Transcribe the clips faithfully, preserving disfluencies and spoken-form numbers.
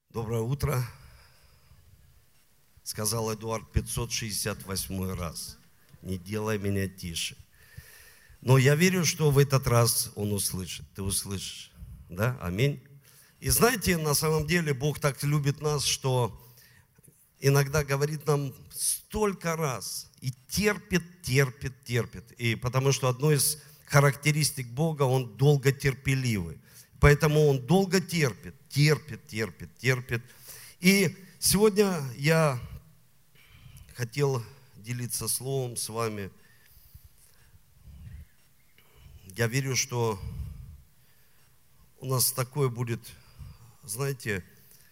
Доброе утро, сказал Эдуард пятьсот шестьдесят восьмой раз. Не делай меня тише. Но я верю, что в этот раз он услышит. Ты услышишь. Да? Аминь. И знаете, на самом деле Бог так любит нас, что иногда говорит нам столько раз. И терпит, терпит, терпит. И потому что одной из характеристик Бога, Он долготерпеливый. Поэтому Он долго терпит, терпит, терпит, терпит. И сегодня я хотел делиться словом с вами. Я верю, что у нас такое будет, знаете,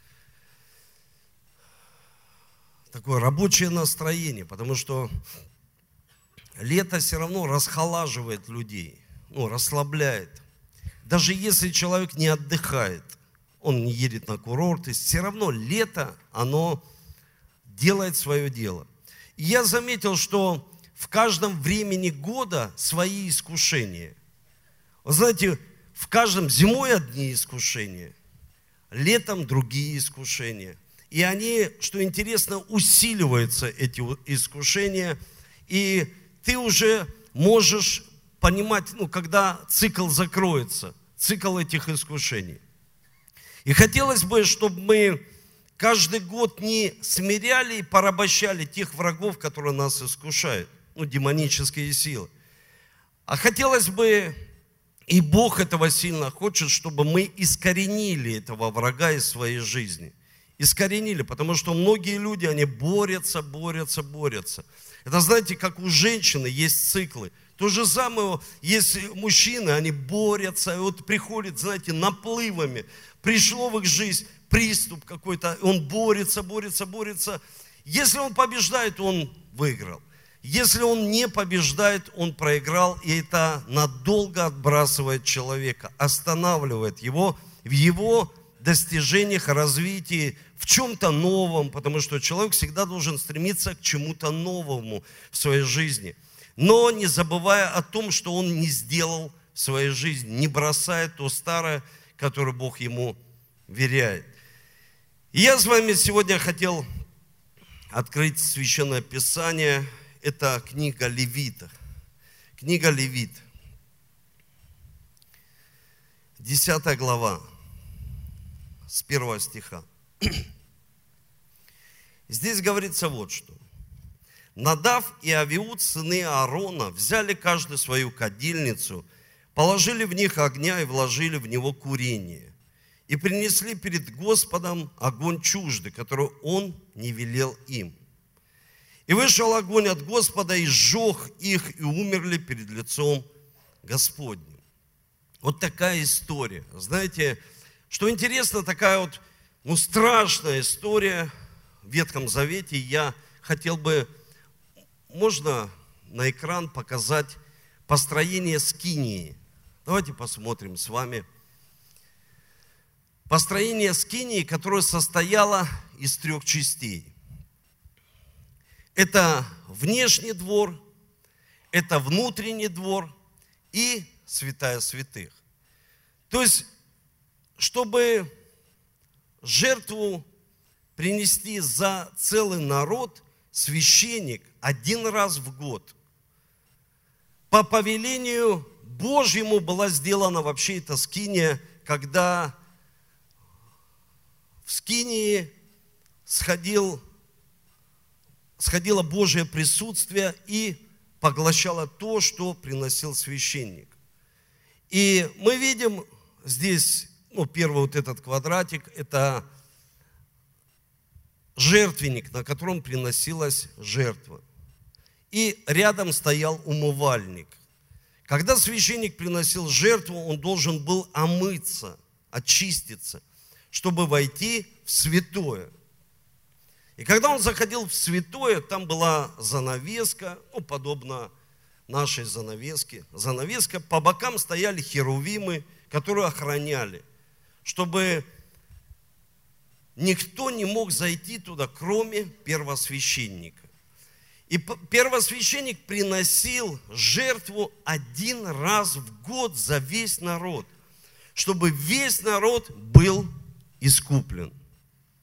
такое рабочее настроение, потому что лето все равно расхолаживает людей, ну, расслабляет. Даже если человек не отдыхает, он не едет на курорты, все равно лето, оно делает свое дело. И я заметил, что в каждом времени года свои искушения. Вы знаете, в каждом зимой одни искушения, летом другие искушения. И они, что интересно, усиливаются, эти искушения, и ты уже можешь понимать, ну, когда цикл закроется, цикл этих искушений. И хотелось бы, чтобы мы каждый год не смиряли и порабощали тех врагов, которые нас искушают, ну, демонические силы. А хотелось бы, и Бог этого сильно хочет, чтобы мы искоренили этого врага из своей жизни. Искоренили, потому что многие люди, они борются, борются, борются. Это, знаете, как у женщины есть циклы. То же самое, есть мужчины, они борются, и вот приходят, знаете, наплывами. Пришло в их жизнь приступ какой-то, он борется, борется, борется. Если он побеждает, он выиграл. Если он не побеждает, он проиграл, и это надолго отбрасывает человека, останавливает его в его достижениях, развитии, в чем-то новом, потому что человек всегда должен стремиться к чему-то новому в своей жизни. Но не забывая о том, что он не сделал в своей жизни, не бросая то старое, которое Бог ему веряет. И я с вами сегодня хотел открыть Священное Писание. Это книга Левита. Книга Левит. Десятая глава, с первого стиха. Здесь говорится вот что. Надав и Авиуд, сыны Аарона, взяли каждый свою кадильницу, положили в них огня и вложили в него курение. И принесли перед Господом огонь чуждый, который Он не велел им. И вышел огонь от Господа, и сжег их, и умерли перед лицом Господним. Вот такая история. Знаете, что интересно, такая вот, ну, страшная история в Ветхом Завете. Я хотел бы, можно на экран показать построение скинии. Давайте посмотрим с вами. Построение скинии, которое состояло из трех частей. Это внешний двор, это внутренний двор и святая святых. То есть, чтобы жертву принести за целый народ, священник один раз в год по повелению Божьему была сделана вообще эта скиния, когда в скинии сходил, сходило Божье присутствие и поглощало то, что приносил священник. И мы видим здесь, ну, первый вот этот квадратик, это жертвенник, на котором приносилась жертва. И рядом стоял умывальник. Когда священник приносил жертву, он должен был омыться, очиститься, чтобы войти в святое. И когда он заходил в святое, там была занавеска, ну, подобно нашей занавеске. Занавеска, по бокам стояли херувимы, которые охраняли, чтобы никто не мог зайти туда, кроме первосвященника. И первосвященник приносил жертву один раз в год за весь народ, чтобы весь народ был искуплен.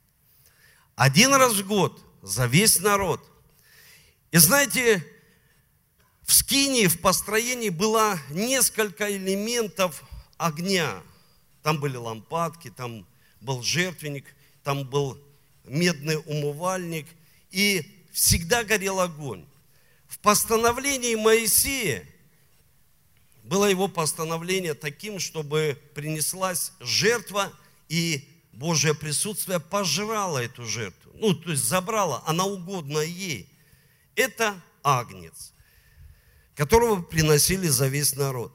Один раз в год за весь народ. И знаете, в скинии, в построении было несколько элементов огня. Там были лампадки, там был жертвенник, там был медный умывальник, и всегда горел огонь. В постановлении Моисея было его постановление таким, чтобы принеслась жертва, и Божье присутствие пожрало эту жертву. Ну, то есть забрало, она угодна ей. Это агнец, которого приносили за весь народ.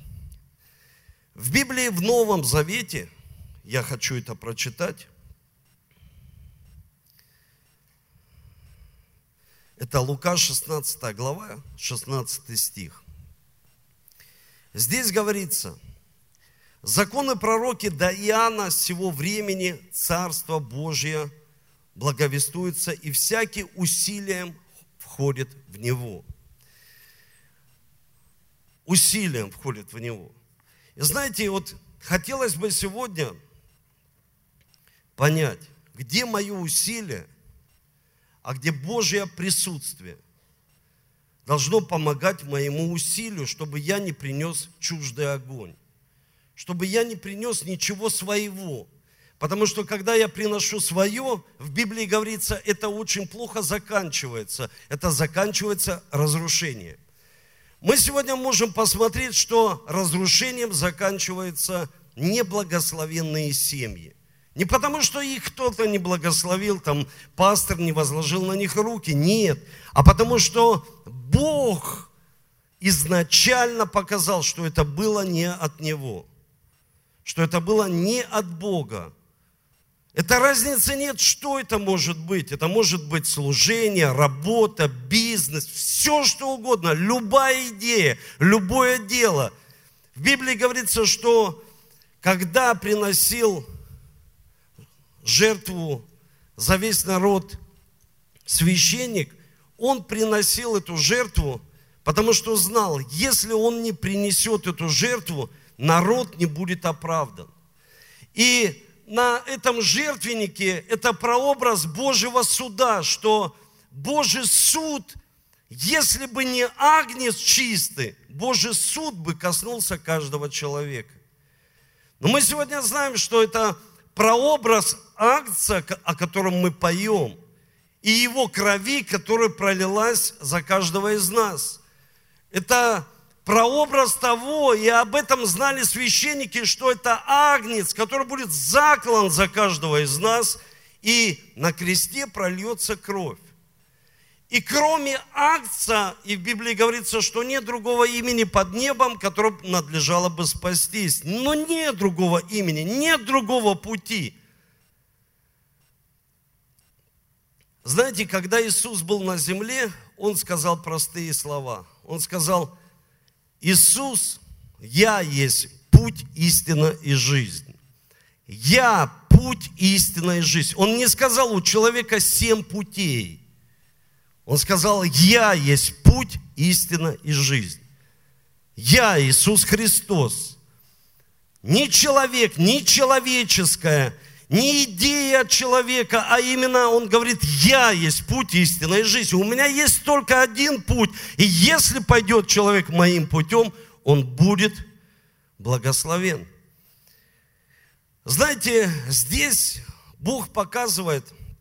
В Библии, в Новом Завете, я хочу это прочитать, это Лука шестнадцатая глава, шестнадцатый стих. Здесь говорится: законы пророки до Иоанна сего времени Царство Божие благовествуется, и всякий усилием входит в него. Усилием входит в него. И знаете, вот хотелось бы сегодня понять, где мое усилие, а где Божье присутствие должно помогать моему усилию, чтобы я не принес чуждый огонь, чтобы я не принес ничего своего. Потому что когда я приношу свое, в Библии говорится, это очень плохо заканчивается. Это заканчивается разрушением. Мы сегодня можем посмотреть, что разрушением заканчиваются неблагословенные семьи. Не потому, что их кто-то не благословил, там пастор не возложил на них руки, нет. А потому, что Бог изначально показал, что это было не от Него. Что это было не от Бога. Это разницы нет, что это может быть. Это может быть служение, работа, бизнес, все что угодно, любая идея, любое дело. В Библии говорится, что когда приносил жертву за весь народ священник, он приносил эту жертву, потому что знал, если он не принесет эту жертву, народ не будет оправдан. И на этом жертвеннике это прообраз Божьего суда, что Божий суд, если бы не агнец чистый, Божий суд бы коснулся каждого человека. Но мы сегодня знаем, что это прообраз агнца, о котором мы поем, и его крови, которая пролилась за каждого из нас. Это прообраз того, и об этом знали священники, что это агнец, который будет заклан за каждого из нас, и на кресте прольется кровь. И кроме агнца, и в Библии говорится, что нет другого имени под небом, которому надлежало бы спастись. Но нет другого имени, нет другого пути. Знаете, когда Иисус был на земле, Он сказал простые слова. Он сказал: Иисус, я есть путь, истина и жизнь. Я путь, истина и жизнь. Он не сказал, у человека семь путей. Он сказал, я есть путь, истина и жизнь. Я, Иисус Христос. Не человек, не человеческое, не идея человека, а именно он говорит, я есть путь, истина и жизнь. У меня есть только один путь. И если пойдет человек моим путем, он будет благословен. Знаете, здесь Бог показывает,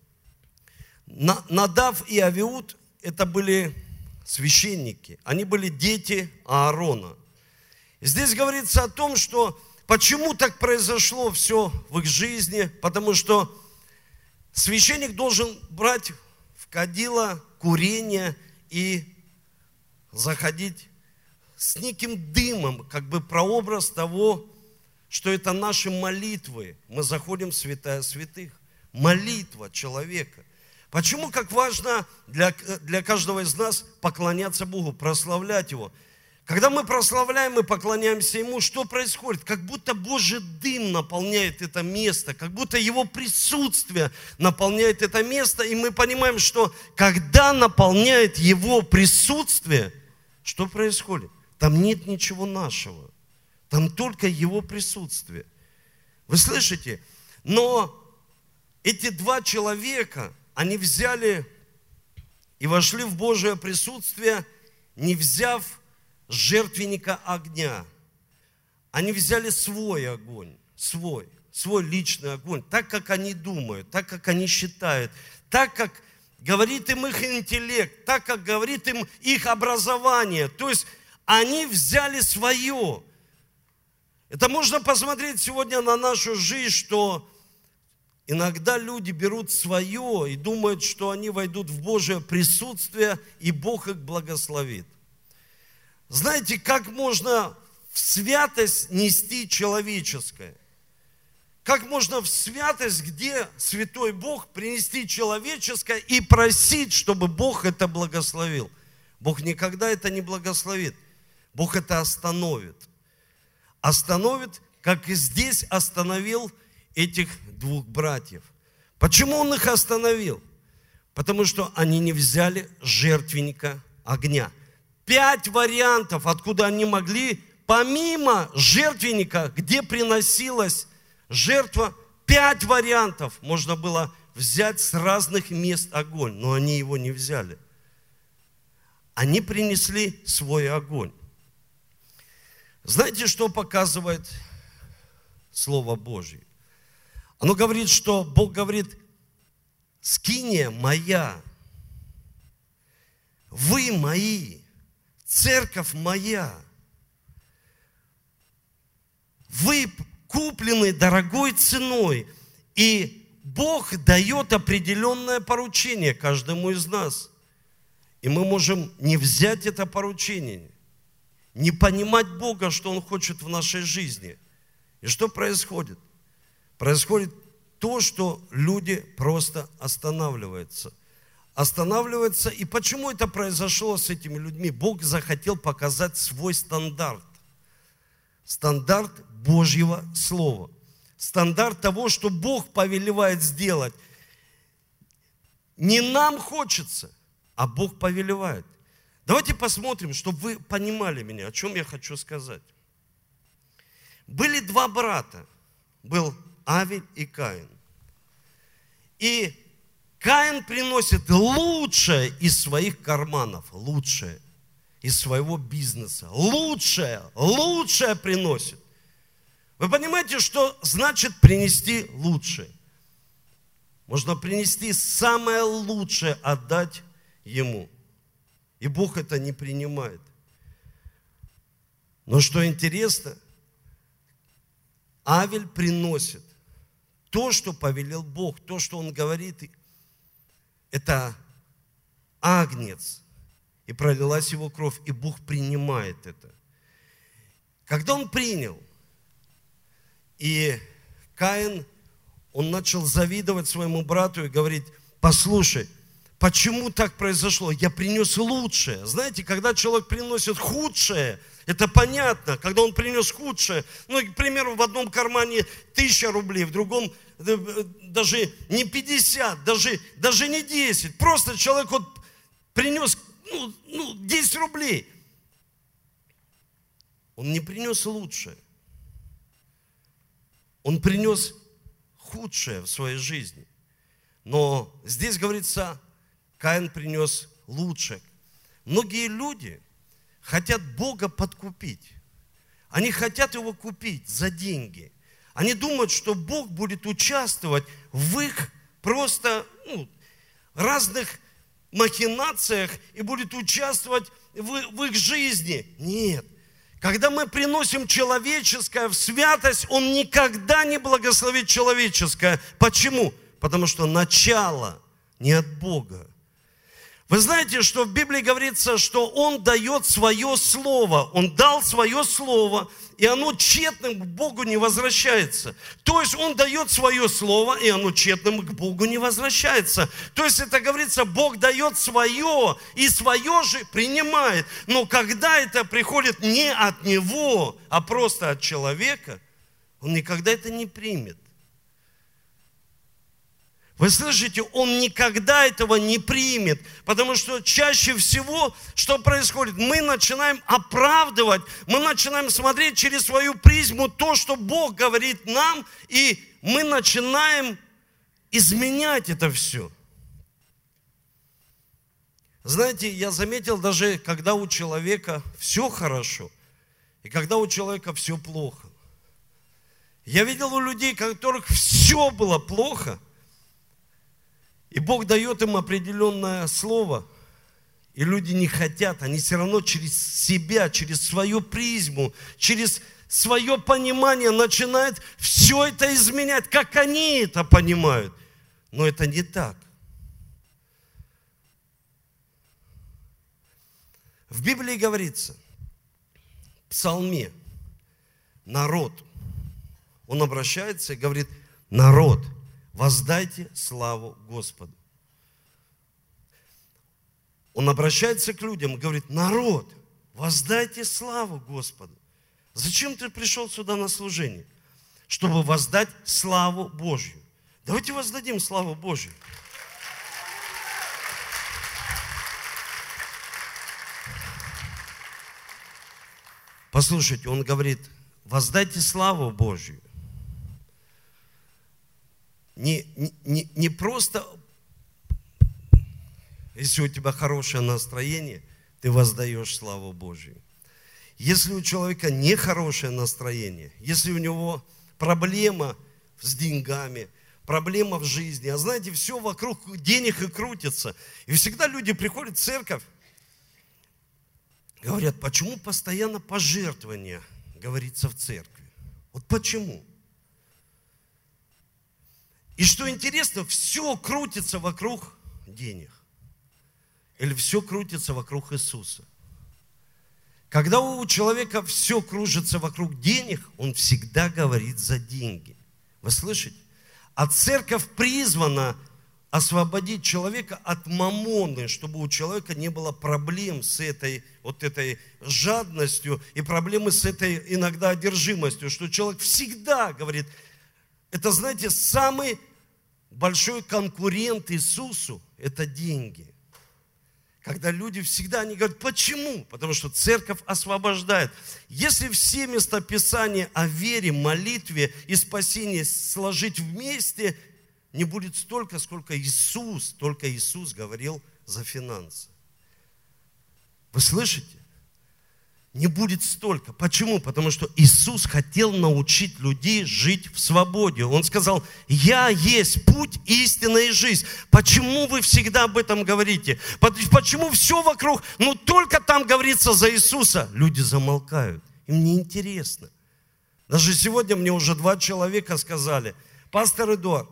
Надав и Авиуд, это были священники, они были дети Аарона. И здесь говорится о том, что почему так произошло все в их жизни, потому что священник должен брать в кадило курение и заходить с неким дымом, как бы прообраз того, что это наши молитвы. Мы заходим в святая святых. Молитва человека. Почему как важно для, для каждого из нас поклоняться Богу, прославлять Его? Когда мы прославляем и поклоняемся Ему, что происходит? Как будто Божий дым наполняет это место, как будто Его присутствие наполняет это место, и мы понимаем, что когда наполняет Его присутствие, что происходит? Там нет ничего нашего, там только Его присутствие. Вы слышите? Но эти два человека, они взяли и вошли в Божие присутствие, не взяв жертвенника огня. Они взяли свой огонь, свой, свой личный огонь, так, как они думают, так, как они считают, так, как говорит им их интеллект, так, как говорит им их образование. То есть они взяли свое. Это можно посмотреть сегодня на нашу жизнь, что иногда люди берут свое и думают, что они войдут в Божие присутствие, и Бог их благословит. Знаете, как можно в святость нести человеческое? Как можно в святость, где святой Бог, принести человеческое и просить, чтобы Бог это благословил? Бог никогда это не благословит. Бог это остановит. Остановит, как и здесь остановил этих двух братьев. Почему Он их остановил? Потому что они не взяли жертвенника огня. Пять вариантов, откуда они могли, помимо жертвенника, где приносилась жертва, пять вариантов можно было взять с разных мест огонь, но они его не взяли. Они принесли свой огонь. Знаете, что показывает Слово Божье? Оно говорит, что Бог говорит: скиния моя, вы мои, церковь моя, вы куплены дорогой ценой, и Бог дает определенное поручение каждому из нас. И мы можем не взять это поручение, не понимать Бога, что Он хочет в нашей жизни. И что происходит? Происходит то, что люди просто останавливаются. Останавливаются. И почему это произошло с этими людьми? Бог захотел показать свой стандарт. Стандарт Божьего Слова. Стандарт того, что Бог повелевает сделать. Не нам хочется, а Бог повелевает. Давайте посмотрим, чтобы вы понимали меня, о чем я хочу сказать. Были два брата. Был Авель и Каин. И Каин приносит лучшее из своих карманов, лучшее из своего бизнеса, лучшее, лучшее приносит. Вы понимаете, что значит принести лучшее? Можно принести самое лучшее, отдать ему. И Бог это не принимает. Но что интересно, Авель приносит то, что повелел Бог, то, что он говорит, это агнец. И пролилась его кровь, и Бог принимает это. Когда он принял, и Каин, он начал завидовать своему брату и говорить: послушай, почему так произошло? Я принес лучшее. Знаете, когда человек приносит худшее, это понятно. Когда он принес худшее, ну, к примеру, в одном кармане тысяча рублей, в другом даже не пятьдесят, даже, даже не десять. Просто человек вот принес ну, ну, десять рублей. Он не принес лучшее. Он принес худшее в своей жизни. Но здесь говорится, Каин принес лучшее. Многие люди хотят Бога подкупить. Они хотят Его купить за деньги. Они думают, что Бог будет участвовать в их просто ну, разных махинациях и будет участвовать в, в их жизни. Нет. Когда мы приносим человеческое в святость, Он никогда не благословит человеческое. Почему? Потому что начало не от Бога. Вы знаете, что в Библии говорится, что Он дает свое слово. Он дал свое слово, и оно тщетным к Богу не возвращается. То есть Он дает свое слово, и оно тщетным к Богу не возвращается. То есть это говорится, Бог дает свое, и свое же принимает. Но когда это приходит не от Него, а просто от человека, Он никогда это не примет. Вы слышите, Он никогда этого не примет, потому что чаще всего, что происходит, мы начинаем оправдывать, мы начинаем смотреть через свою призму то, что Бог говорит нам, и мы начинаем изменять это все. Знаете, я заметил даже, когда у человека все хорошо, и когда у человека все плохо. Я видел у людей, у которых все было плохо, и Бог дает им определенное слово, и люди не хотят, они все равно через себя, через свою призму, через свое понимание начинают все это изменять, как они это понимают. Но это не так. В Библии говорится, в Псалме, народ, он обращается и говорит: народ, воздайте славу Господу. Он обращается к людям и говорит: народ, воздайте славу Господу. Зачем ты пришел сюда на служение? Чтобы воздать славу Божью. Давайте воздадим славу Божью. Послушайте, он говорит: воздайте славу Божью. Не, не, не просто, если у тебя хорошее настроение, ты воздаешь славу Божью. Если у человека нехорошее настроение, если у него проблема с деньгами, проблема в жизни, а знаете, все вокруг денег и крутится. И всегда люди приходят в церковь, говорят: почему постоянно пожертвования говорится в церкви? Вот почему? И что интересно, все крутится вокруг денег. Или все крутится вокруг Иисуса. Когда у человека все кружится вокруг денег, он всегда говорит за деньги. Вы слышите? А церковь призвана освободить человека от мамоны, чтобы у человека не было проблем с этой, вот этой жадностью и проблемы с этой иногда одержимостью, что человек всегда говорит, это, знаете, самый большой конкурент Иисусу – это деньги. Когда люди всегда, они говорят, почему? Потому что церковь освобождает. Если все местописания о вере, молитве и спасении сложить вместе, не будет столько, сколько Иисус, только Иисус говорил за финансы. Вы слышите? Не будет столько. Почему? Потому что Иисус хотел научить людей жить в свободе. Он сказал, я есть путь, истина и жизнь. Почему вы всегда об этом говорите? Почему все вокруг, ну только там говорится за Иисуса? Люди замолкают. Им неинтересно. Даже сегодня мне уже два человека сказали, пастор Эдуард,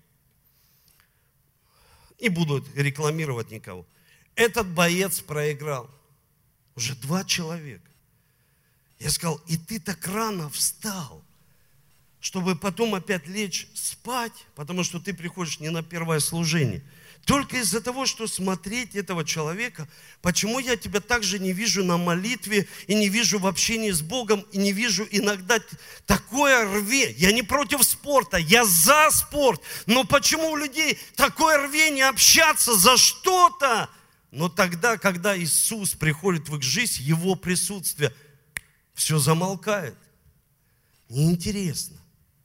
не буду рекламировать никого, этот боец проиграл. Уже два человека. Я сказал, и ты так рано встал, чтобы потом опять лечь спать, потому что ты приходишь не на первое служение. Только из-за того, что смотреть этого человека, почему я тебя также не вижу на молитве, и не вижу в общении с Богом, и не вижу иногда такое рвение. Я не против спорта, я за спорт. Но почему у людей такое рвение общаться за что-то? Но тогда, когда Иисус приходит в их жизнь, Его присутствие, все замолкает. Неинтересно.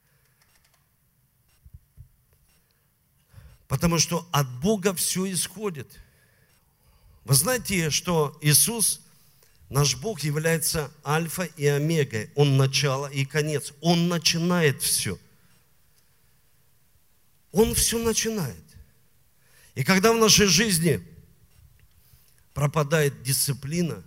Потому что от Бога все исходит. Вы знаете, что Иисус, наш Бог, является альфа и омегой. Он начало и конец. Он начинает все. Он все начинает. И когда в нашей жизни пропадает дисциплина,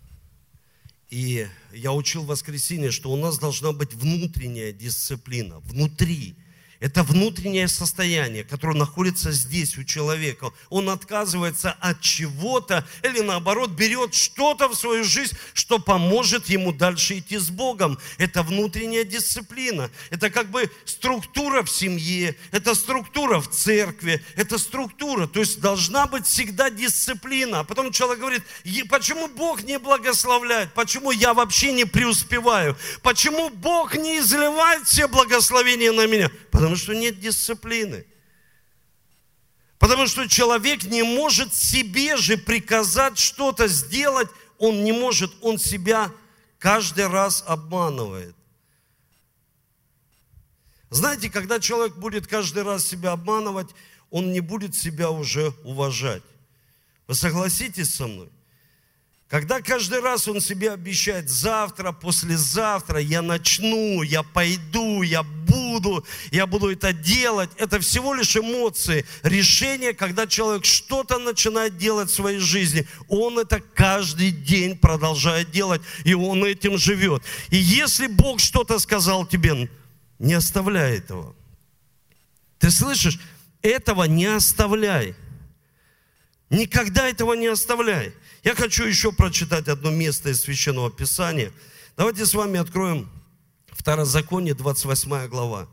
и я учил в воскресенье, что у нас должна быть внутренняя дисциплина, внутри. Это внутреннее состояние, которое находится здесь у человека. Он отказывается от чего-то или наоборот берет что-то в свою жизнь, что поможет ему дальше идти с Богом. Это внутренняя дисциплина. Это как бы структура в семье, это структура в церкви, это структура. То есть должна быть всегда дисциплина. А потом человек говорит, почему Бог не благословляет? Почему я вообще не преуспеваю? Почему Бог не изливает все благословения на меня? Потому что нет дисциплины. Потому что человек не может себе же приказать что-то сделать. Он не может, он себя каждый раз обманывает. Знаете, когда человек будет каждый раз себя обманывать, он не будет себя уже уважать. Вы согласитесь со мной? Когда каждый раз он себе обещает: завтра, послезавтра я начну, я пойду, я буду, я буду это делать. Это всего лишь эмоции, решение, когда человек что-то начинает делать в своей жизни. Он это каждый день продолжает делать, и он этим живет. И если Бог что-то сказал тебе, не оставляй этого. Ты слышишь? Этого не оставляй. Никогда этого не оставляй. Я хочу еще прочитать одно место из Священного Писания. Давайте с вами откроем Второзаконие, двадцать восьмая глава.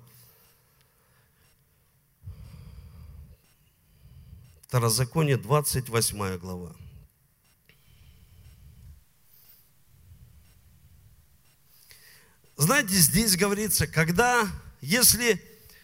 Второзаконие, двадцать восьмая глава. Знаете, здесь говорится, когда, если,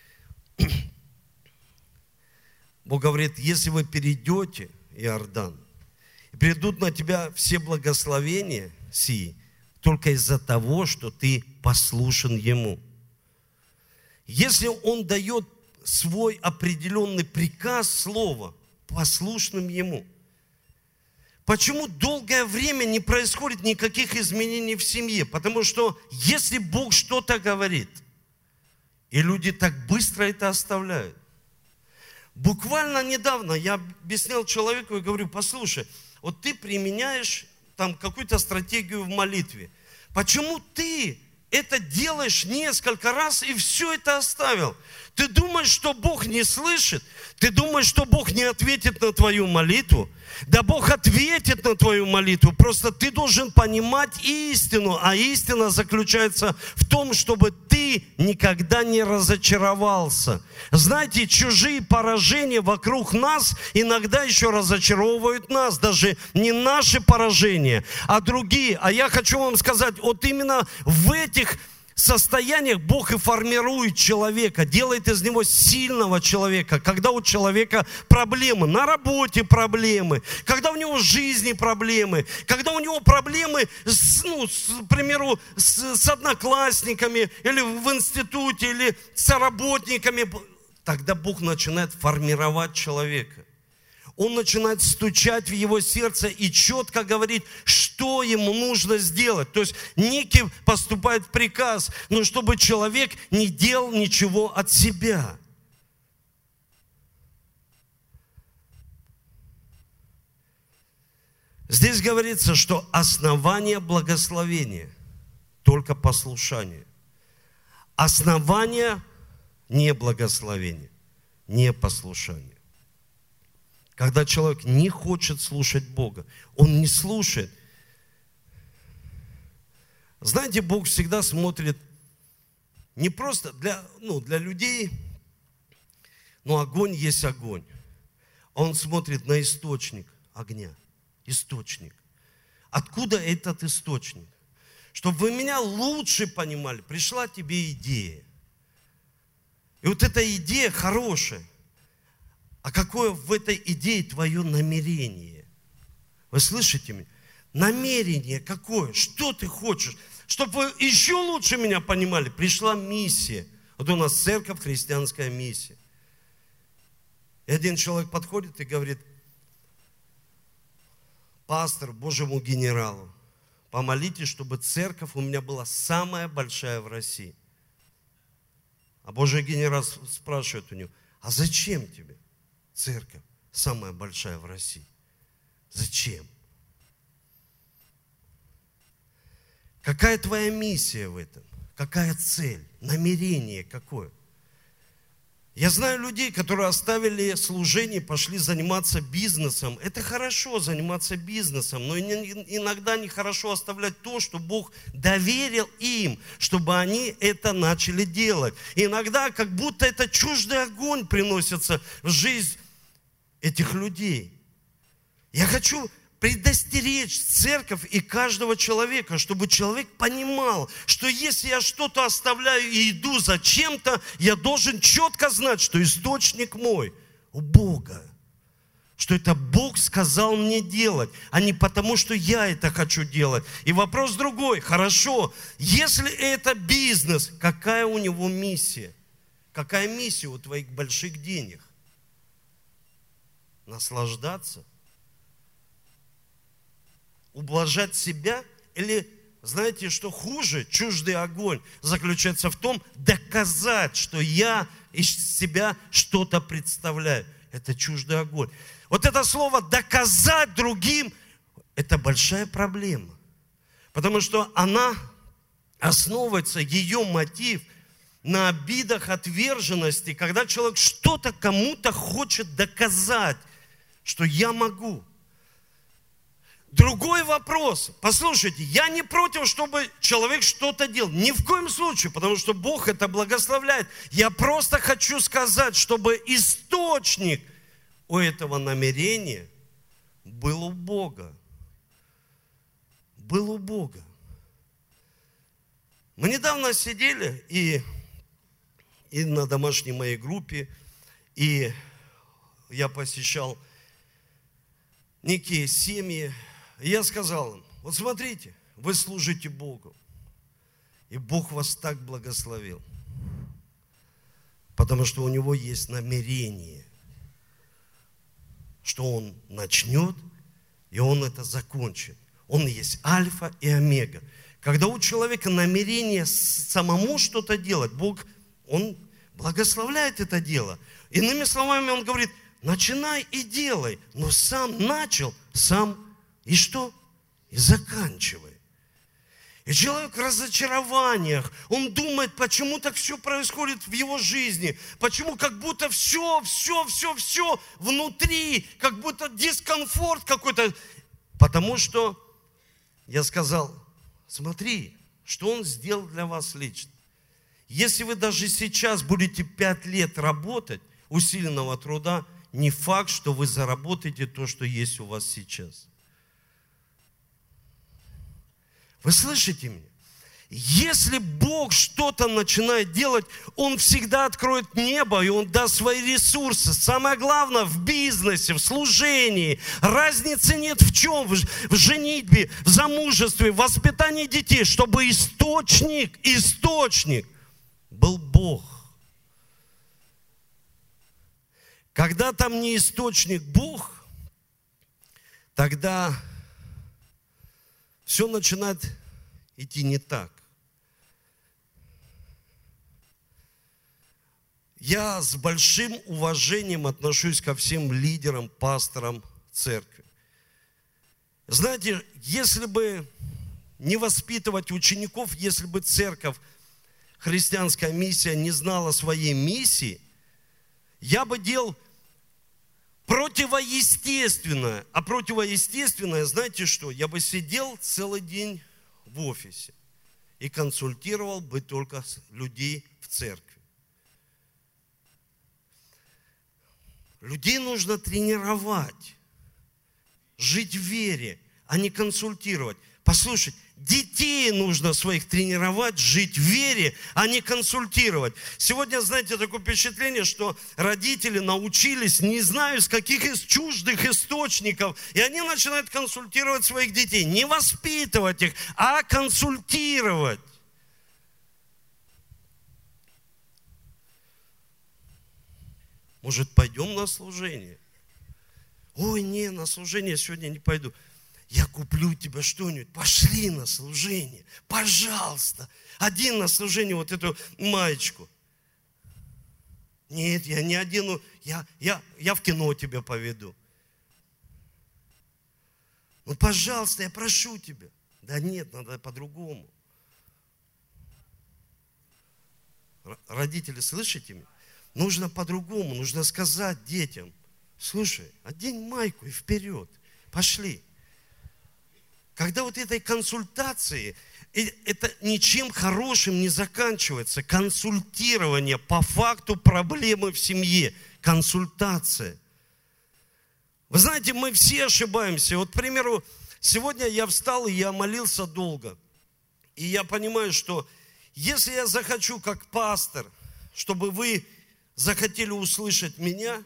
Бог говорит, если вы перейдете Иордан, и придут на тебя все благословения сии, только из-за того, что ты послушен Ему. Если Он дает свой определенный приказ, слово, послушным Ему, почему долгое время не происходит никаких изменений в семье? Потому что если Бог что-то говорит, и люди так быстро это оставляют. Буквально недавно я объяснял человеку и говорю: послушай, вот ты применяешь там какую-то стратегию в молитве. Почему ты это делаешь несколько раз и все это оставил? Ты думаешь, что Бог не слышит? Ты думаешь, что Бог не ответит на твою молитву? Да Бог ответит на твою молитву. Просто ты должен понимать истину. А истина заключается в том, чтобы ты никогда не разочаровался. Знаете, чужие поражения вокруг нас иногда еще разочаровывают нас. Даже не наши поражения, а другие. А я хочу вам сказать, вот именно в этих состояниях Бог и формирует человека, делает из него сильного человека. Когда у человека проблемы, на работе проблемы, когда у него в жизни проблемы, когда у него проблемы, с, ну, с, к примеру, с, с одноклассниками, или в институте, или с работниками, тогда Бог начинает формировать человека. Он начинает стучать в его сердце и четко говорит, что ему нужно сделать. То есть некий поступает приказ, но чтобы человек не делал ничего от себя. Здесь говорится, что основание благословения только послушание. Основание не благословения, не послушание. Когда человек не хочет слушать Бога, он не слушает. Знаете, Бог всегда смотрит не просто для, ну, для людей, но огонь есть огонь. Он смотрит на источник огня. Источник. Откуда этот источник? Чтобы вы меня лучше понимали, пришла тебе идея. И вот эта идея хорошая. А какое в этой идее твое намерение? Вы слышите меня? Намерение какое? Что ты хочешь? Чтобы вы еще лучше меня понимали, пришла миссия. Вот у нас церковь, христианская миссия. И один человек подходит и говорит: пастор, Божьему генералу, помолитесь, чтобы церковь у меня была самая большая в России. А Божий генерал спрашивает у него: а зачем тебе церковь самая большая в России? Зачем? Какая твоя миссия в этом? Какая цель? Намерение какое? Я знаю людей, которые оставили служение, пошли заниматься бизнесом. Это хорошо заниматься бизнесом, но иногда нехорошо оставлять то, что Бог доверил им, чтобы они это начали делать. И иногда как будто это чуждый огонь приносится в жизнь этих людей. Я хочу предостеречь церковь и каждого человека, чтобы человек понимал, что если я что-то оставляю и иду за чем-то, я должен четко знать, что источник мой у Бога. Что это Бог сказал мне делать, а не потому, что я это хочу делать. И вопрос другой. Хорошо, если это бизнес, какая у него миссия? Какая миссия у твоих больших денег? Наслаждаться? Ублажать себя? Или, знаете, что хуже? Чуждый огонь заключается в том, доказать, что я из себя что-то представляю. Это чуждый огонь. Вот это слово «доказать другим» – это большая проблема. Потому что она основывается, ее мотив на обидах, отверженности, когда человек что-то кому-то хочет доказать, что я могу. Другой вопрос. Послушайте, я не против, чтобы человек что-то делал. Ни в коем случае, потому что Бог это благословляет. Я просто хочу сказать, чтобы источник у этого намерения был у Бога. Был у Бога. Мы недавно сидели и, и на домашней моей группе, и я посещал некие семьи. И я сказал им, вот смотрите, вы служите Богу, и Бог вас так благословил, потому что у Него есть намерение, что Он начнет, и Он это закончит. Он есть альфа и омега. Когда у человека намерение самому что-то делать, Бог, Он благословляет это дело. Иными словами, Он говорит, начинай и делай, но сам начал, сам и что? И заканчивай. И человек в разочарованиях, он думает, почему так все происходит в его жизни, почему как будто все, все, все, все внутри, как будто дискомфорт какой-то. Потому что я сказал, смотри, что Он сделал для вас лично. Если вы даже сейчас будете пять лет работать, усиленного труда, не факт, что вы заработаете то, что есть у вас сейчас. Вы слышите меня? Если Бог что-то начинает делать, Он всегда откроет небо, и Он даст свои ресурсы. Самое главное в бизнесе, в служении. Разницы нет в чем? В женитьбе, в замужестве, в воспитании детей, чтобы источник, источник был Бог. Когда там не источник Бог, тогда все начинает идти не так. Я с большим уважением отношусь ко всем лидерам, пасторам церкви. Знаете, если бы не воспитывать учеников, если бы церковь, христианская миссия не знала своей миссии, я бы делал противоестественное. А противоестественное, знаете что? Я бы сидел целый день в офисе и консультировал бы только людей в церкви. Людей нужно тренировать, жить в вере, а не консультировать. Послушайте, детей нужно своих тренировать, жить в вере, а не консультировать. Сегодня, знаете, такое впечатление, что родители научились, не знаю, с каких из чуждых источников, и они начинают консультировать своих детей. Не воспитывать их, а консультировать. Может, пойдем на служение? Ой, не, на служение сегодня не пойду. Я куплю тебе что-нибудь. Пошли на служение. Пожалуйста. Один на служение вот эту маечку. Нет, я не одену. Я, я, я в кино тебя поведу. Ну, пожалуйста, я прошу тебя. Да нет, надо по-другому. Родители, слышите меня? Нужно по-другому. Нужно сказать детям. Слушай, одень майку и вперед. Пошли. Когда вот этой консультации, это ничем хорошим не заканчивается. Консультирование по факту проблемы в семье. Консультация. Вы знаете, мы все ошибаемся. Вот, к примеру, сегодня я встал и я молился долго. И я понимаю, что если я захочу как пастор, чтобы вы захотели услышать меня,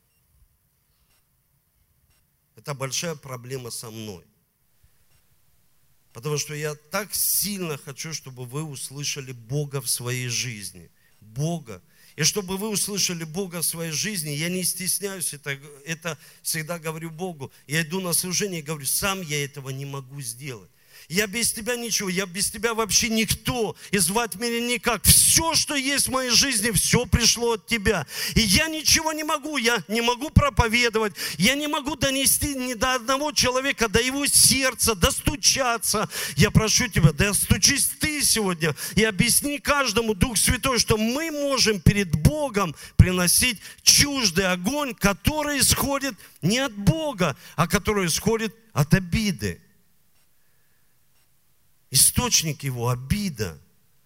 это большая проблема со мной. Потому что я так сильно хочу, чтобы вы услышали Бога в своей жизни. Бога. И чтобы вы услышали Бога в своей жизни, я не стесняюсь, это, это всегда говорю Богу. Я иду на служение и говорю, сам я этого не могу сделать. Я без тебя ничего, я без тебя вообще никто, и звать меня никак. Все, что есть в моей жизни, все пришло от тебя. И я ничего не могу, я не могу проповедовать, я не могу донести ни до одного человека, до его сердца, достучаться. Я прошу тебя, достучись ты сегодня и объясни каждому, Дух Святой, что мы можем перед Богом приносить чуждый огонь, который исходит не от Бога, а который исходит от обиды. Источник его – обида.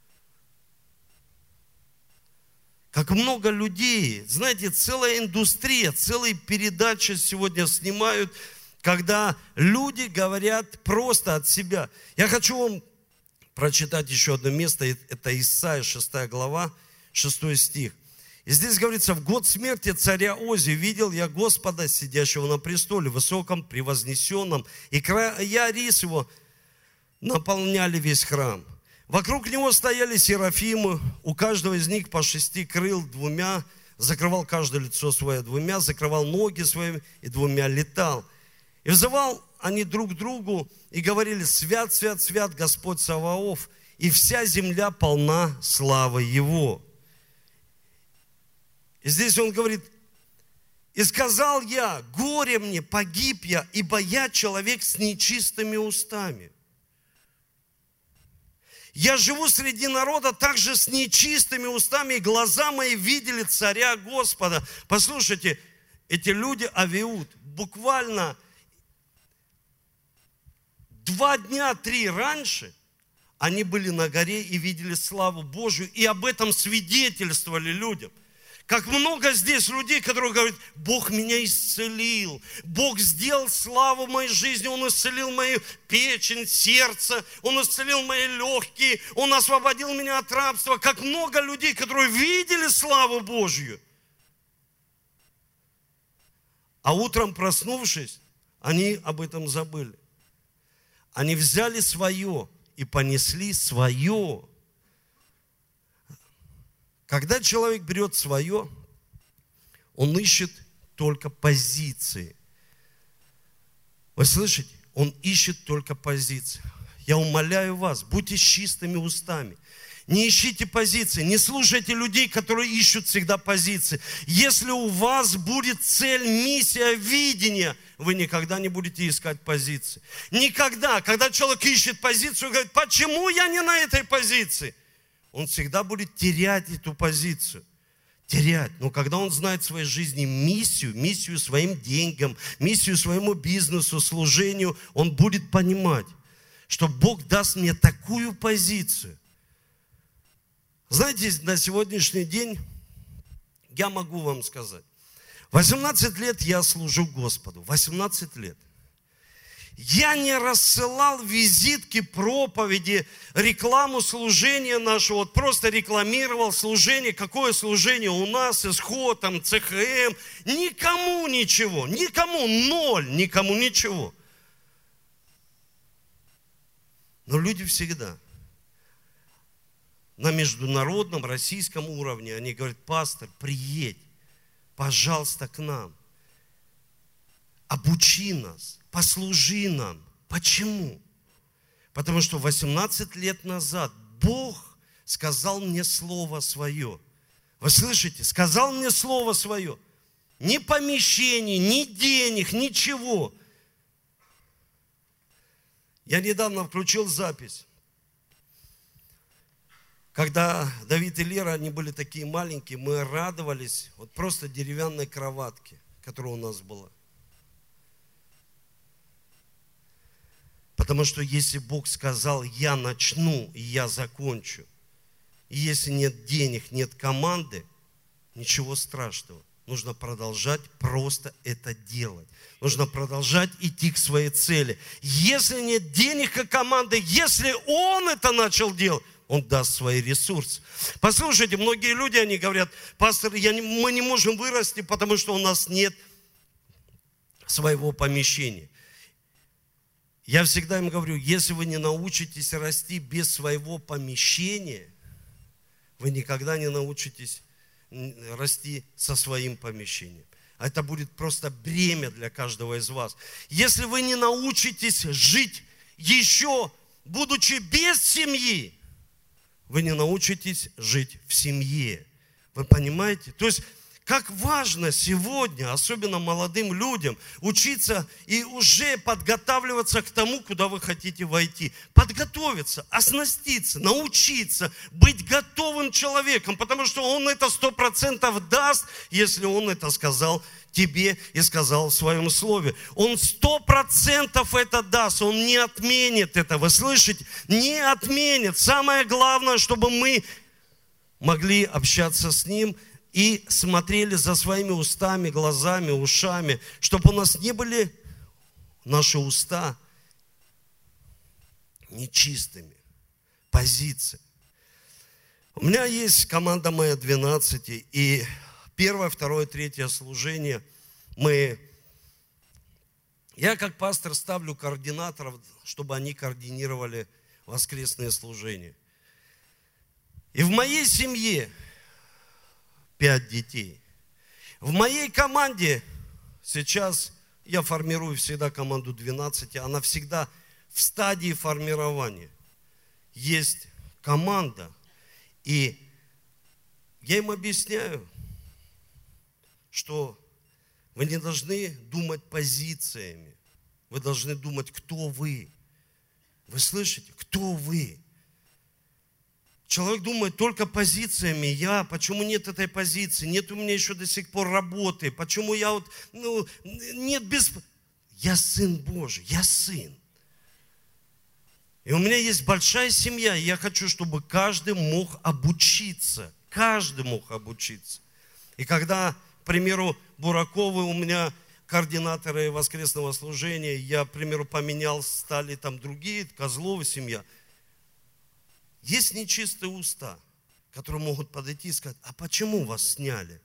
Как много людей, знаете, целая индустрия, целые передачи сегодня снимают, когда люди говорят просто от себя. Я хочу вам прочитать еще одно место, это Исайя, шестая глава, шестой стих. И здесь говорится, в год смерти царя Ози видел я Господа, сидящего на престоле, высоком, превознесенном, и края рис его наполняли весь храм. Вокруг него стояли серафимы, у каждого из них по шести крыл двумя, закрывал каждое лицо свое двумя, закрывал ноги свои и двумя летал. И взывал они друг к другу и говорили, свят, свят, свят Господь Саваоф, и вся земля полна славы Его. И здесь он говорит, и сказал я, горе мне, погиб я, ибо я человек с нечистыми устами. Я живу среди народа также с нечистыми устами, и глаза мои видели царя Господа. Послушайте, эти люди Авиуд, буквально два дня, три раньше, они были на горе и видели славу Божию, и об этом свидетельствовали людям. Как много здесь людей, которые говорят, Бог меня исцелил, Бог сделал славу в моей жизни, Он исцелил мою печень, сердце, Он исцелил мои легкие, Он освободил меня от рабства. Как много людей, которые видели славу Божью. А утром проснувшись, они об этом забыли. Они взяли свое и понесли свое. Когда человек берет свое, он ищет только позиции. Вы слышите? Он ищет только позиции. Я умоляю вас, будьте с чистыми устами. Не ищите позиции, не слушайте людей, которые ищут всегда позиции. Если у вас будет цель, миссия, видение, вы никогда не будете искать позиции. Никогда. Когда человек ищет позицию, говорит, почему я не на этой позиции? Он всегда будет терять эту позицию. Терять. Но когда он знает в своей жизни миссию, миссию своим деньгам, миссию своему бизнесу, служению, он будет понимать, что Бог даст мне такую позицию. Знаете, на сегодняшний день я могу вам сказать, восемнадцать лет я служу Господу, восемнадцать лет. Я не рассылал визитки, проповеди, рекламу служения нашего, вот просто рекламировал служение, какое служение у нас, исход, там, ЦХМ, никому ничего, никому ноль, никому ничего. Но люди всегда на международном, российском уровне, они говорят, пастор, приедь, пожалуйста, к нам, обучи нас. Послужи нам. Почему? Потому что восемнадцать лет назад Бог сказал мне слово свое. Вы слышите? Сказал мне слово свое. Ни помещений, ни денег, ничего. Я недавно включил запись. Когда Давид и Лера, они были такие маленькие, мы радовались вот просто деревянной кроватке, которая у нас была. Потому что если Бог сказал, я начну и я закончу, и если нет денег, нет команды, ничего страшного. Нужно продолжать просто это делать. Нужно продолжать идти к своей цели. Если нет денег и команды, если Он это начал делать, Он даст свои ресурсы. Послушайте, многие люди, они говорят, пастор, я не, мы не можем вырасти, потому что у нас нет своего помещения. Я всегда им говорю, если вы не научитесь расти без своего помещения, вы никогда не научитесь расти со своим помещением. Это будет просто бремя для каждого из вас. Если вы не научитесь жить еще, будучи без семьи, вы не научитесь жить в семье. Вы понимаете? То есть, как важно сегодня, особенно молодым людям, учиться и уже подготавливаться к тому, куда вы хотите войти. Подготовиться, оснаститься, научиться быть готовым человеком, потому что Он это сто процентов даст, если Он это сказал тебе и сказал в своем слове. Он сто процентов это даст, Он не отменит это. Вы слышите? Не отменит. Самое главное, чтобы мы могли общаться с Ним и смотрели за своими устами, глазами, ушами, чтобы у нас не были наши уста нечистыми. Позиции. У меня есть команда моя двенадцати, и первое, второе, третье служение мы... Я как пастор ставлю координаторов, чтобы они координировали воскресные служения. И в моей семье пять детей. В моей команде сейчас, я формирую всегда команду двенадцати, она всегда в стадии формирования. Есть команда, и я им объясняю, что вы не должны думать позициями, вы должны думать, кто вы. Вы слышите? Кто вы? Человек думает только позициями. Я, почему нет этой позиции? Нет у меня еще до сих пор работы. Почему я вот, ну, нет без... Я сын Божий, я сын. И у меня есть большая семья, и я хочу, чтобы каждый мог обучиться. Каждый мог обучиться. И когда, к примеру, Бураковы у меня координаторы воскресного служения, я, к примеру, поменял, стали там другие, Козловы семья. Есть нечистые уста, которые могут подойти и сказать, а почему вас сняли?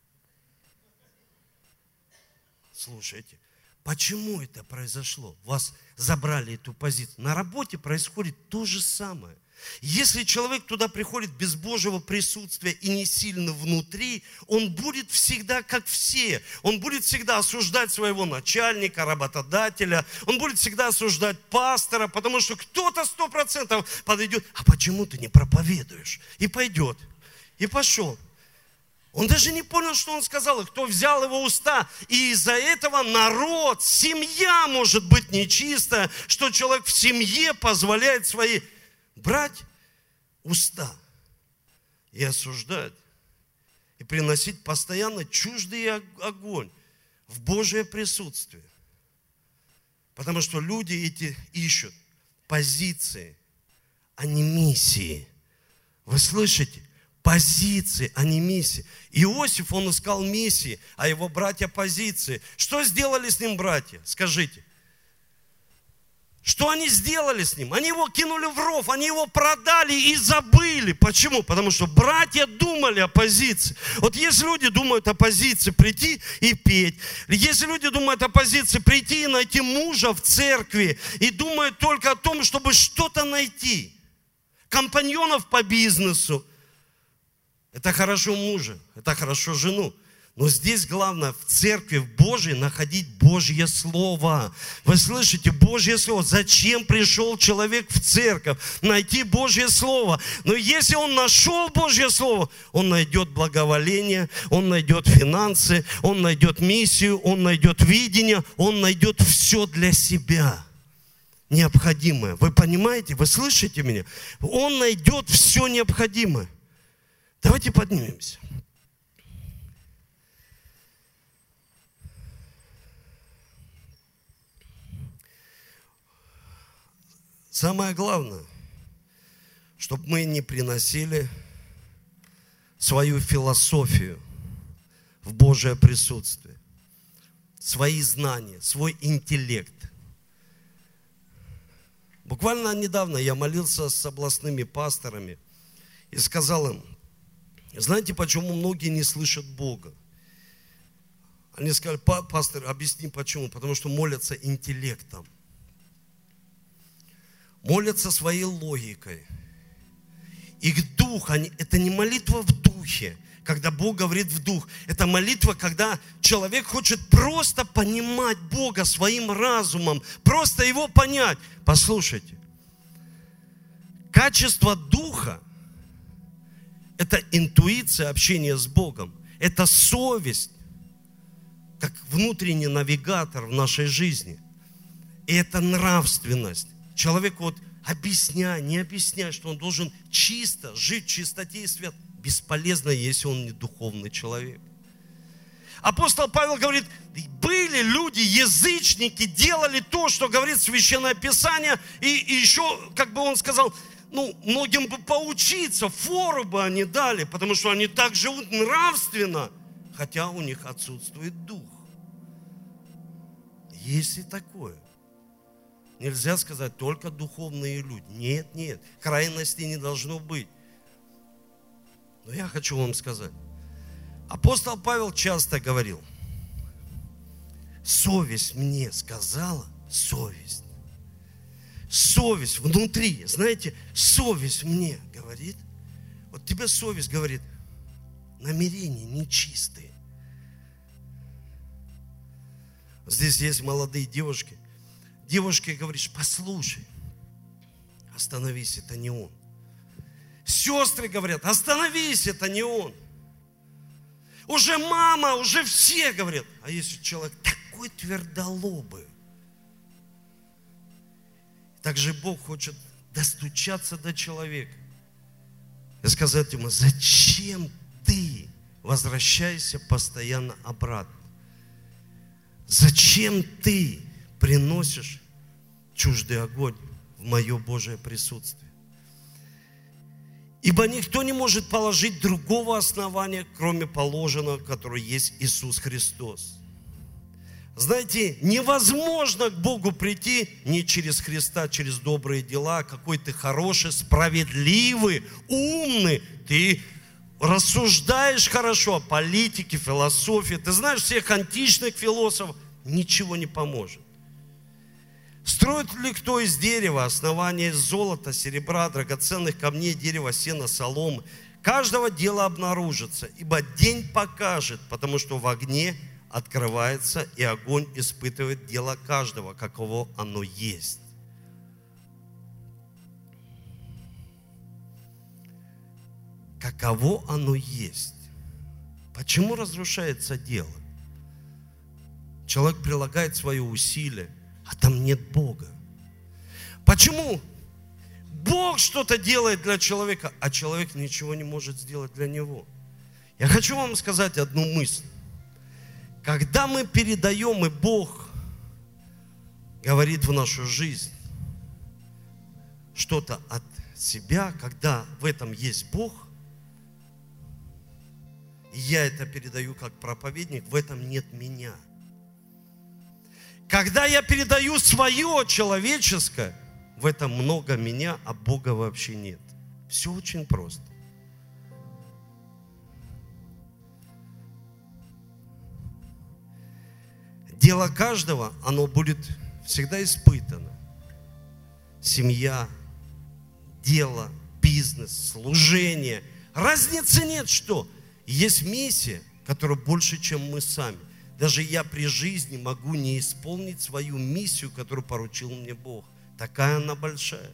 Слушайте, почему это произошло? Вас забрали эту позицию. На работе происходит то же самое. Если человек туда приходит без Божьего присутствия и не сильно внутри, он будет всегда как все. Он будет всегда осуждать своего начальника, работодателя. Он будет всегда осуждать пастора, потому что кто-то сто процентов подойдет. А почему ты не проповедуешь? И пойдет. И пошел. Он даже не понял, что он сказал, и кто взял его уста. И из-за этого народ, семья может быть нечистая, что человек в семье позволяет свои... брать уста и осуждать, и приносить постоянно чуждый огонь в Божие присутствие. Потому что люди эти ищут позиции, а не миссии. Вы слышите? Позиции, а не миссии. Иосиф, он искал миссии, а его братья позиции. Что сделали с ним братья? Скажите. Что они сделали с ним? Они его кинули в ров, они его продали и забыли. Почему? Потому что братья думали о позиции. Вот если люди думают о позиции прийти и петь, если люди думают о позиции прийти и найти мужа в церкви, и думают только о том, чтобы что-то найти, компаньонов по бизнесу, это хорошо мужа, это хорошо жену. Но здесь главное в церкви, в Божьей находить Божье Слово. Вы слышите? Божье Слово. Зачем пришел человек в церковь? Найти Божье Слово. Но если он нашел Божье Слово, он найдет благоволение, он найдет финансы, он найдет миссию, он найдет видение, он найдет все для себя необходимое. Вы понимаете? Вы слышите меня? Он найдет все необходимое. Давайте поднимемся. Самое главное, чтобы мы не приносили свою философию в Божие присутствие, свои знания, свой интеллект. Буквально недавно я молился с областными пасторами и сказал им, знаете, почему многие не слышат Бога? Они сказали, пастор, объясни почему. Потому что молятся интеллектом. Молятся своей логикой. Их дух, они, это не молитва в духе. когда Бог говорит в дух. Это молитва, когда человек хочет просто понимать Бога своим разумом, просто Его понять. Послушайте, качество духа – это интуиция общения с Богом, это совесть, как внутренний навигатор в нашей жизни. И это нравственность. Человек вот объясняй, не объясняй, что он должен чисто жить в чистоте и свет. Бесполезно, если он не духовный человек. Апостол Павел говорит, были люди, язычники, делали то, что говорит Священное Писание, и, и еще, как бы он сказал, ну, многим бы поучиться, фору бы они дали, потому что они так живут нравственно, хотя у них отсутствует дух. Есть и такое. Нельзя сказать, только духовные люди. Нет, нет, крайности не должно быть. Но я хочу вам сказать, апостол Павел часто говорил, совесть мне сказала, совесть. Совесть внутри, знаете, совесть мне говорит, вот тебе совесть говорит, намерения нечистые. Здесь есть молодые девушки. Девушке говоришь, послушай, остановись, это не он. Сестры говорят, остановись, это не он. Уже мама, уже все говорят. А если человек такой твердолобый, так же Бог хочет достучаться до человека и сказать ему, зачем ты возвращаешься постоянно обратно? Зачем ты приносишь чуждый огонь в мое Божие присутствие? Ибо никто не может положить другого основания, кроме положенного, которое есть Иисус Христос. Знаете, невозможно к Богу прийти не через Христа, через добрые дела, какой ты хороший, справедливый, умный. Ты рассуждаешь хорошо о политике, философии. Ты знаешь всех античных философов. Ничего не поможет. Строит ли кто из дерева основание из золота, серебра, драгоценных камней, дерева, сена, соломы? Каждого дела обнаружится, ибо день покажет, потому что в огне открывается, и огонь испытывает дело каждого, каково оно есть. Каково оно есть? Почему разрушается дело? Человек прилагает свое усилие, а там нет Бога. Почему Бог что-то делает для человека, а человек ничего не может сделать для него? Я хочу вам сказать одну мысль. Когда мы передаем, и Бог говорит в нашу жизнь что-то от себя, когда в этом есть Бог, и я это передаю как проповедник, в этом нет меня. Когда я передаю свое человеческое, в этом много меня, а Бога вообще нет. Все очень просто. Дело каждого, оно будет всегда испытано. Семья, дело, бизнес, служение. Разницы нет, что есть миссия, которая больше, чем мы сами. Даже я при жизни могу не исполнить свою миссию, которую поручил мне Бог. Такая она большая.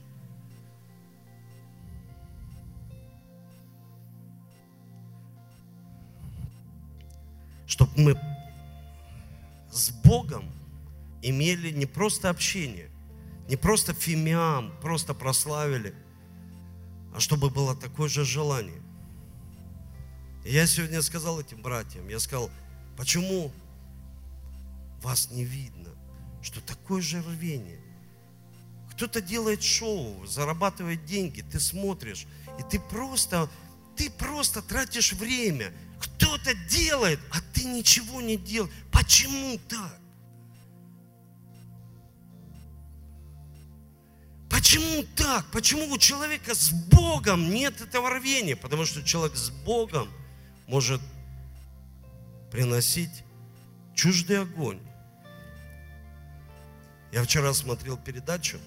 Чтобы мы с Богом имели не просто общение, не просто фимиам, просто прославили, а чтобы было такое же желание. И я сегодня сказал этим братьям, я сказал, почему вас не видно, что такое же рвение? Кто-то делает шоу, зарабатывает деньги, ты смотришь, и ты просто, ты просто тратишь время. Кто-то делает, а ты ничего не делаешь. Почему так? Почему так? Почему у человека с Богом нет этого рвения? Потому что человек с Богом может приносить чуждый огонь. Я вчера смотрел передачу,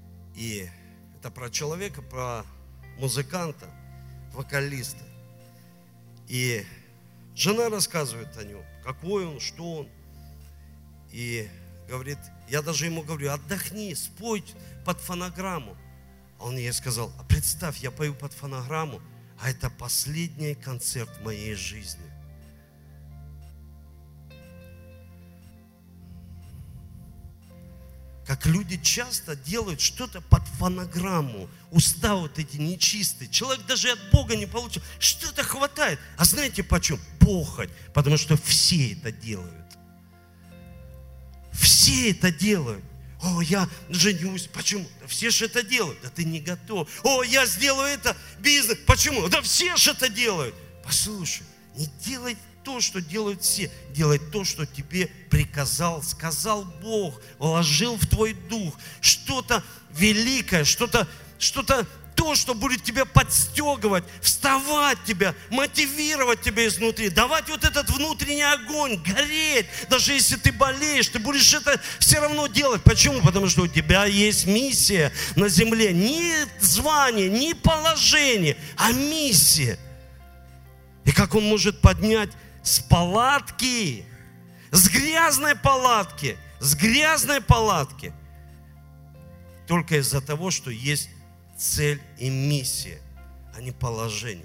и это про человека, про музыканта, вокалиста. И жена рассказывает о нем, какой он, что он. И говорит, я даже ему говорю, отдохни, спой под фонограмму. А он ей сказал, а представь, я пою под фонограмму, а это последний концерт в моей жизни. Как люди часто делают что-то под фонограмму. Уста вот эти нечистые. Человек даже от Бога не получил. Что-то хватает. А знаете почему? Похоть. Потому что все это делают. Все это делают. О, я женюсь. Почему? Да все же это делают. Да ты не готов. О, я сделаю это, бизнес. Почему? Да все же это делают. Послушай, не делай то, что делают все. Делай то, что тебе приказал, сказал Бог, вложил в твой дух. Что-то великое, что-то, что-то то, что будет тебя подстегивать, вставать тебя, мотивировать тебя изнутри, давать вот этот внутренний огонь, гореть. Даже если ты болеешь, ты будешь это все равно делать. Почему? Потому что у тебя есть миссия на земле. Не звание, не положение, а миссия. И как он может поднять с палатки, с грязной палатки, с грязной палатки, только из-за того, что есть цель и миссия, а не положение.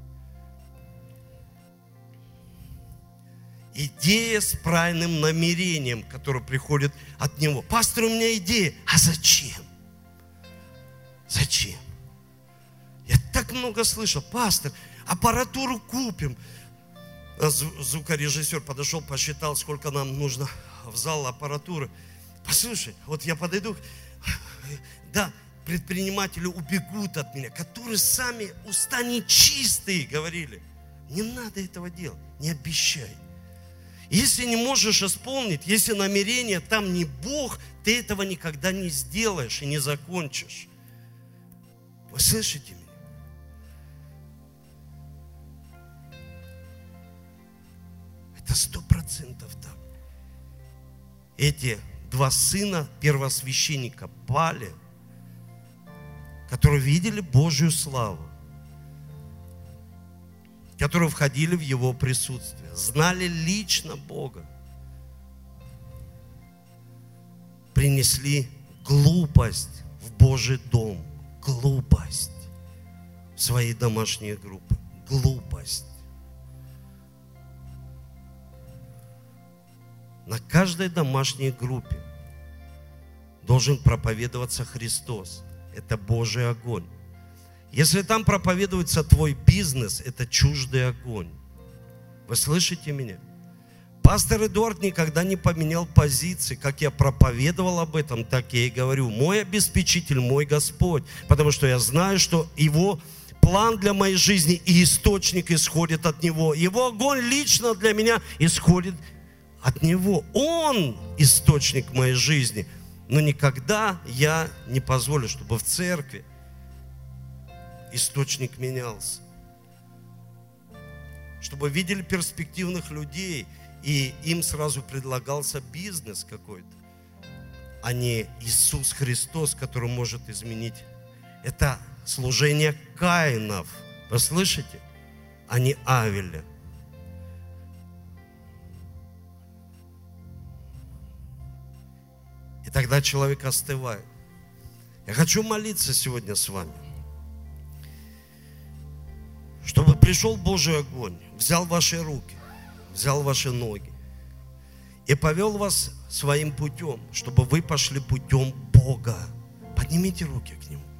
Идея с правильным намерением, которое приходит от него. Пастор, у меня идея. А зачем? Зачем? Я так много слышал. Пастор, аппаратуру купим. Звукорежиссер подошел, посчитал, сколько нам нужно в зал аппаратуры. Послушай, вот я подойду, да, предприниматели убегут от меня, которые сами уста нечистые, говорили. Не надо этого делать, не обещай. Если не можешь исполнить, если намерение там не Бог, ты этого никогда не сделаешь и не закончишь. Вы слышите меня? Это сто процентов так. Эти два сына первосвященника пали, которые видели Божью славу, которые входили в Его присутствие, знали лично Бога, принесли глупость в Божий дом, глупость в свои домашние группы, глупость. На каждой домашней группе должен проповедоваться Христос. Это Божий огонь. Если там проповедуется твой бизнес, это чуждый огонь. Вы слышите меня? Пастор Эдуард никогда не поменял позиции. Как я проповедовал об этом, так я и говорю. Мой обеспечитель, мой Господь. Потому что я знаю, что Его план для моей жизни и источник исходит от Него. Его огонь лично для меня исходит от Него. Он источник моей жизни. Но никогда я не позволю, чтобы в церкви источник менялся. Чтобы видели перспективных людей, и им сразу предлагался бизнес какой-то, а не Иисус Христос, который может изменить. Это служение Каинов. Вы слышите? А не Авеля. И тогда человек остывает. Я хочу молиться сегодня с вами, чтобы пришел Божий огонь, взял ваши руки, взял ваши ноги и повел вас своим путем, чтобы вы пошли путем Бога. Поднимите руки к Нему.